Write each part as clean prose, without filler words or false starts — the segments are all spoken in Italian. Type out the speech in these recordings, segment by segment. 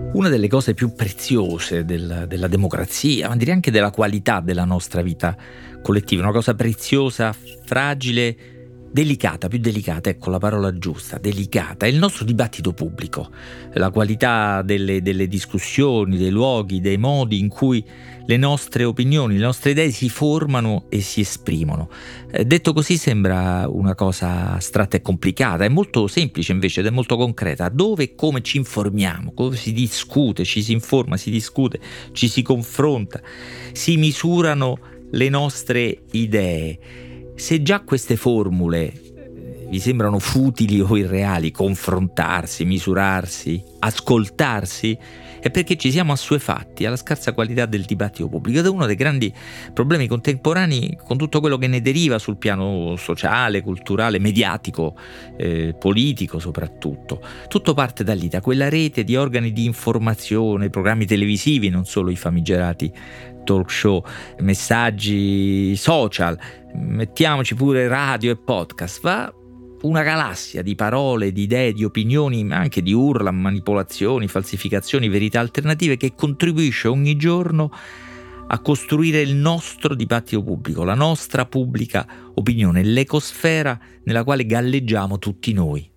Una delle cose più preziose della democrazia, ma direi anche della qualità della nostra vita collettiva, una cosa preziosa, fragile, delicata, più delicata, ecco la parola giusta, delicata, è il nostro dibattito pubblico, la qualità delle discussioni, dei luoghi, dei modi in cui le nostre opinioni, le nostre idee si formano e si esprimono. Detto così sembra una cosa astratta e complicata, è molto semplice invece ed è molto concreta. Dove e come ci informiamo, come si discute, ci si informa, si discute, ci si confronta, si misurano le nostre idee. Se già queste formule vi sembrano futili o irreali, confrontarsi, misurarsi, ascoltarsi, è perché ci siamo assuefatti alla scarsa qualità del dibattito pubblico ed è uno dei grandi problemi contemporanei con tutto quello che ne deriva sul piano sociale, culturale, mediatico, politico soprattutto. Tutto parte da lì, da quella rete di organi di informazione, programmi televisivi, non solo i famigerati talk show, messaggi social, mettiamoci pure radio e podcast, va una galassia di parole, di idee, di opinioni, ma anche di urla, manipolazioni, falsificazioni, verità alternative che contribuisce ogni giorno a costruire il nostro dibattito pubblico, la nostra pubblica opinione, l'ecosfera nella quale galleggiamo tutti noi.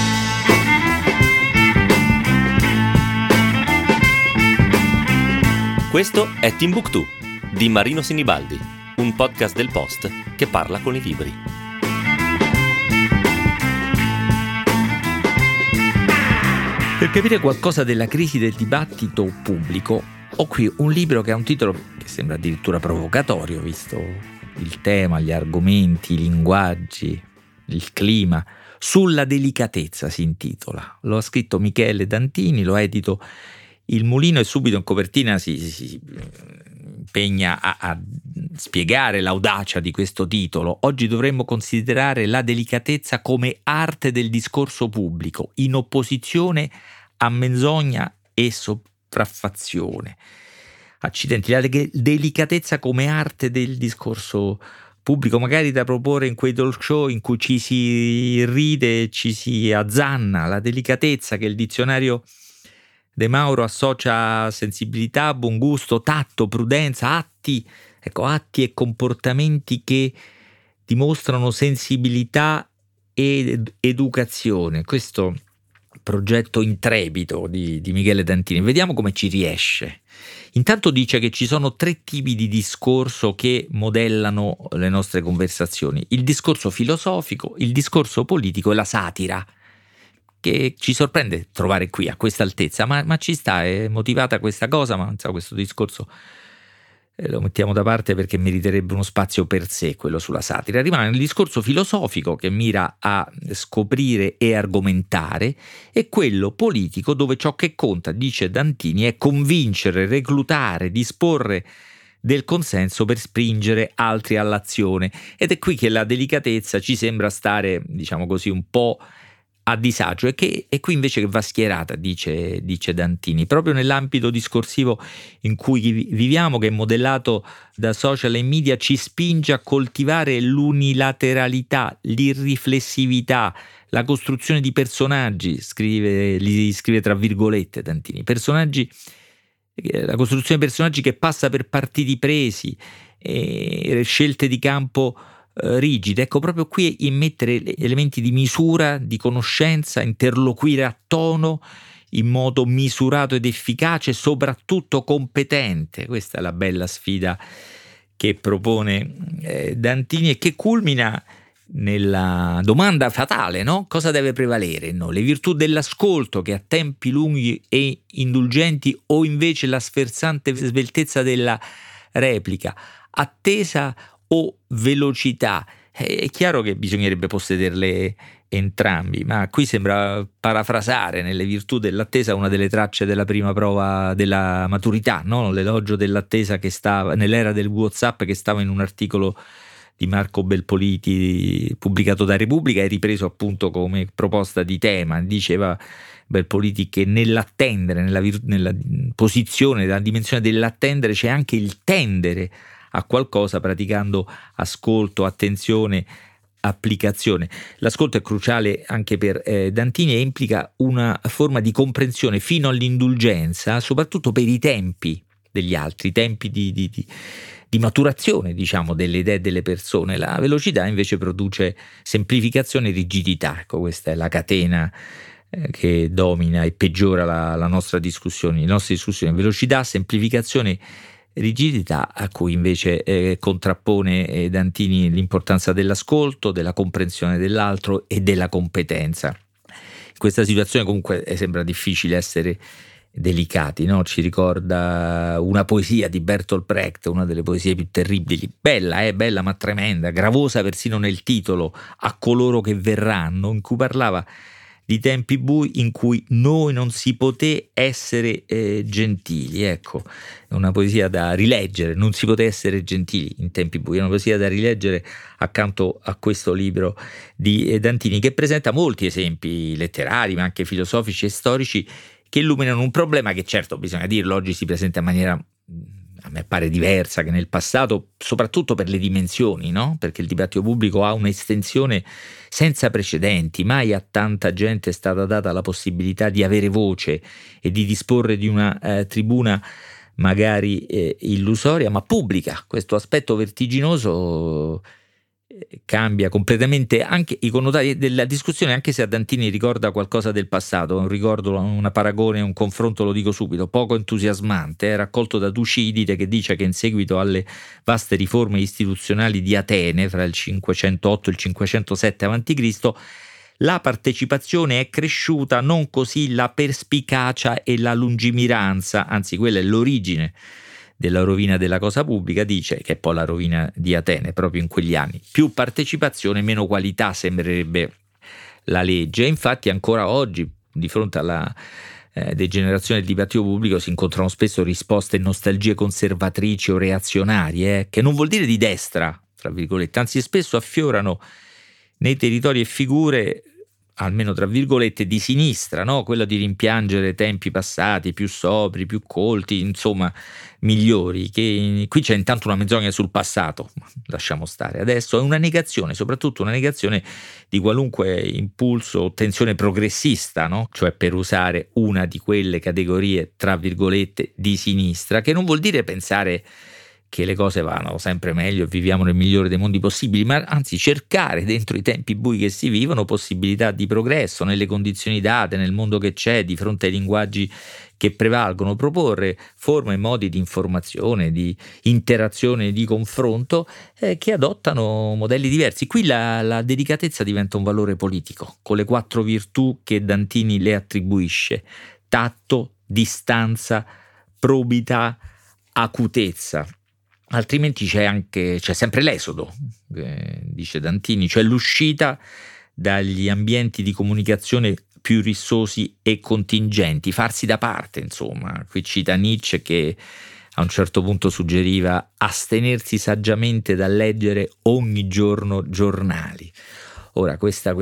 Questo è Timbuktu di Marino Sinibaldi, un podcast del Post che parla con i libri. Per capire qualcosa della crisi del dibattito pubblico, ho qui un libro che ha un titolo che sembra addirittura provocatorio, visto il tema, gli argomenti, i linguaggi, il clima. Sulla delicatezza si intitola. Lo ha scritto Michele Dantini, lo edito Il Mulino e subito in copertina si impegna a spiegare l'audacia di questo titolo. Oggi dovremmo considerare la delicatezza come arte del discorso pubblico, in opposizione a menzogna e sopraffazione. Accidenti, la delicatezza come arte del discorso pubblico, magari da proporre in quei talk show in cui ci si ride, ci si azzanna, la delicatezza che il dizionario De Mauro associa sensibilità, buon gusto, tatto, prudenza, atti e comportamenti che dimostrano sensibilità ed educazione. Questo progetto intrepido di Michele Dantini. Vediamo come ci riesce. Intanto dice che ci sono 3 tipi di discorso che modellano le nostre conversazioni: il discorso filosofico, il discorso politico e la satira, che ci sorprende trovare qui a questa altezza, ma ci sta, è motivata questa cosa, ma insomma, questo discorso lo mettiamo da parte perché meriterebbe uno spazio per sé, quello sulla satira. Rimane il discorso filosofico che mira a scoprire e argomentare, e quello politico dove ciò che conta, dice Dantini, è convincere, reclutare, disporre del consenso per spingere altri all'azione. Ed è qui che la delicatezza ci sembra stare, diciamo così, un po' a disagio, e che è qui invece che va schierata, dice Dantini, proprio nell'ambito discorsivo in cui viviamo, che è modellato da social e media, ci spinge a coltivare l'unilateralità, l'irriflessività, la costruzione di personaggi, li scrive tra virgolette Dantini, la costruzione di personaggi che passa per partiti presi, scelte di campo rigide. Ecco, proprio qui immettere elementi di misura, di conoscenza, interloquire a tono in modo misurato ed efficace, soprattutto competente. Questa è la bella sfida che propone Dantini e che culmina nella domanda fatale, no? Cosa deve prevalere in noi? Le virtù dell'ascolto, che ha tempi lunghi e indulgenti, o invece la sferzante sveltezza della replica, attesa o velocità? È chiaro che bisognerebbe possederle entrambi, ma qui sembra parafrasare nelle virtù dell'attesa una delle tracce della prima prova della maturità, no? L'elogio dell'attesa che stava nell'era del WhatsApp, che stava in un articolo di Marco Belpoliti pubblicato da Repubblica e ripreso appunto come proposta di tema. Diceva Belpoliti che nell'attendere, nella posizione, nella dimensione dell'attendere, c'è anche il tendere a qualcosa, praticando ascolto, attenzione, applicazione. L'ascolto è cruciale anche per Dantini e implica una forma di comprensione fino all'indulgenza, soprattutto per i tempi degli altri, i tempi di maturazione, diciamo, delle idee delle persone. La velocità invece produce semplificazione e rigidità. Ecco, questa è la catena che domina e peggiora la nostra discussione, le nostre discussioni. Velocità, semplificazione, rigidità, a cui invece contrappone Dantini l'importanza dell'ascolto, della comprensione dell'altro e della competenza. In questa situazione comunque sembra difficile essere delicati, no? Ci ricorda una poesia di Bertolt Brecht, una delle poesie più terribili, bella ma tremenda, gravosa persino nel titolo, A coloro che verranno, in cui parlava di tempi bui in cui noi non si poté essere gentili. Ecco, è una poesia da rileggere, non si poté essere gentili in tempi bui, è una poesia da rileggere accanto a questo libro di Dantini, che presenta molti esempi letterari ma anche filosofici e storici che illuminano un problema che, certo, bisogna dirlo, oggi si presenta in maniera, a me pare, diversa che nel passato, soprattutto per le dimensioni, no? Perché il dibattito pubblico ha un'estensione senza precedenti, mai a tanta gente è stata data la possibilità di avere voce e di disporre di una tribuna magari illusoria, ma pubblica. Questo aspetto vertiginoso cambia completamente anche i connotati della discussione, anche se a Dantini ricorda qualcosa del passato, un ricordo, una paragone, un confronto, lo dico subito, poco entusiasmante, raccolto da Tucidide, che dice che in seguito alle vaste riforme istituzionali di Atene fra il 508 e il 507 a.C. la partecipazione è cresciuta, non così la perspicacia e la lungimiranza, anzi quella è l'origine della rovina della cosa pubblica, dice, che è poi la rovina di Atene proprio in quegli anni. Più partecipazione, meno qualità, sembrerebbe la legge. E infatti ancora oggi, di fronte alla degenerazione del dibattito pubblico, si incontrano spesso risposte e nostalgie conservatrici o reazionarie, che non vuol dire di destra, tra virgolette, anzi spesso affiorano nei territori e figure, almeno tra virgolette, di sinistra, no? Quello di rimpiangere tempi passati più sobri, più colti, insomma migliori. Qui c'è intanto una menzogna sul passato, lasciamo stare. Adesso è una negazione, soprattutto una negazione di qualunque impulso o tensione progressista, no? Cioè, per usare una di quelle categorie tra virgolette di sinistra, che non vuol dire pensare che le cose vanno sempre meglio e viviamo nel migliore dei mondi possibili, ma anzi cercare dentro i tempi bui che si vivono possibilità di progresso nelle condizioni date, nel mondo che c'è, di fronte ai linguaggi che prevalgono, proporre forme e modi di informazione, di interazione, di confronto che adottano modelli diversi. Qui la delicatezza diventa un valore politico, con le 4 virtù che Dantini le attribuisce: tatto, distanza, probità, acutezza. Altrimenti c'è sempre l'esodo, dice Dantini, cioè l'uscita dagli ambienti di comunicazione più rissosi e contingenti, farsi da parte, insomma. Qui cita Nietzsche, che a un certo punto suggeriva astenersi saggiamente dal leggere ogni giorno giornali. Ora, questo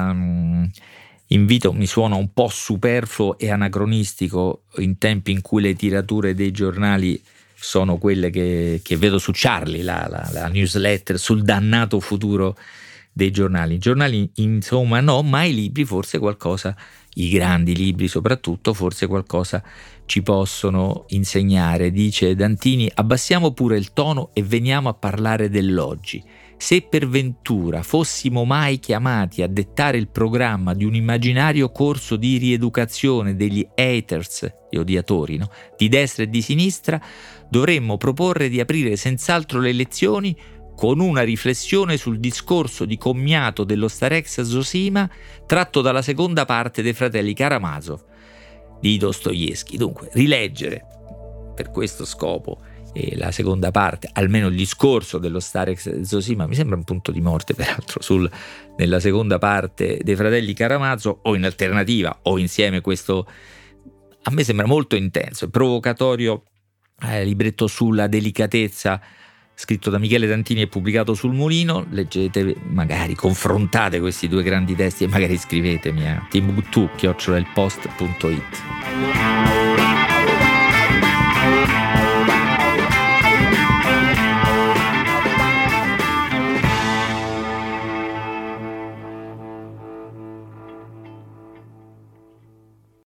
invito mi suona un po' superfluo e anacronistico in tempi in cui le tirature dei giornali sono quelle che vedo su Charlie, la newsletter sul dannato futuro dei giornali. I giornali, insomma, no, ma i libri forse qualcosa, i grandi libri soprattutto, forse qualcosa ci possono insegnare. Dice Dantini: abbassiamo pure il tono e veniamo a parlare dell'oggi. Se per ventura fossimo mai chiamati a dettare il programma di un immaginario corso di rieducazione degli haters, gli odiatori, no? Di destra e di sinistra, dovremmo proporre di aprire senz'altro le lezioni con una riflessione sul discorso di commiato dello Starex Zosima tratto dalla seconda parte dei fratelli Karamazov di Dostoevskij. Dunque, rileggere per questo scopo la seconda parte, almeno il discorso dello Starex Zosima, mi sembra un punto di morte peraltro nella seconda parte dei fratelli Karamazov, o in alternativa o insieme. Questo a me sembra molto intenso e provocatorio libretto sulla delicatezza, scritto da Michele Dantini e pubblicato sul Mulino. Leggete, magari confrontate questi 2 grandi testi e magari scrivetemi a timbuktu@ilpost.it.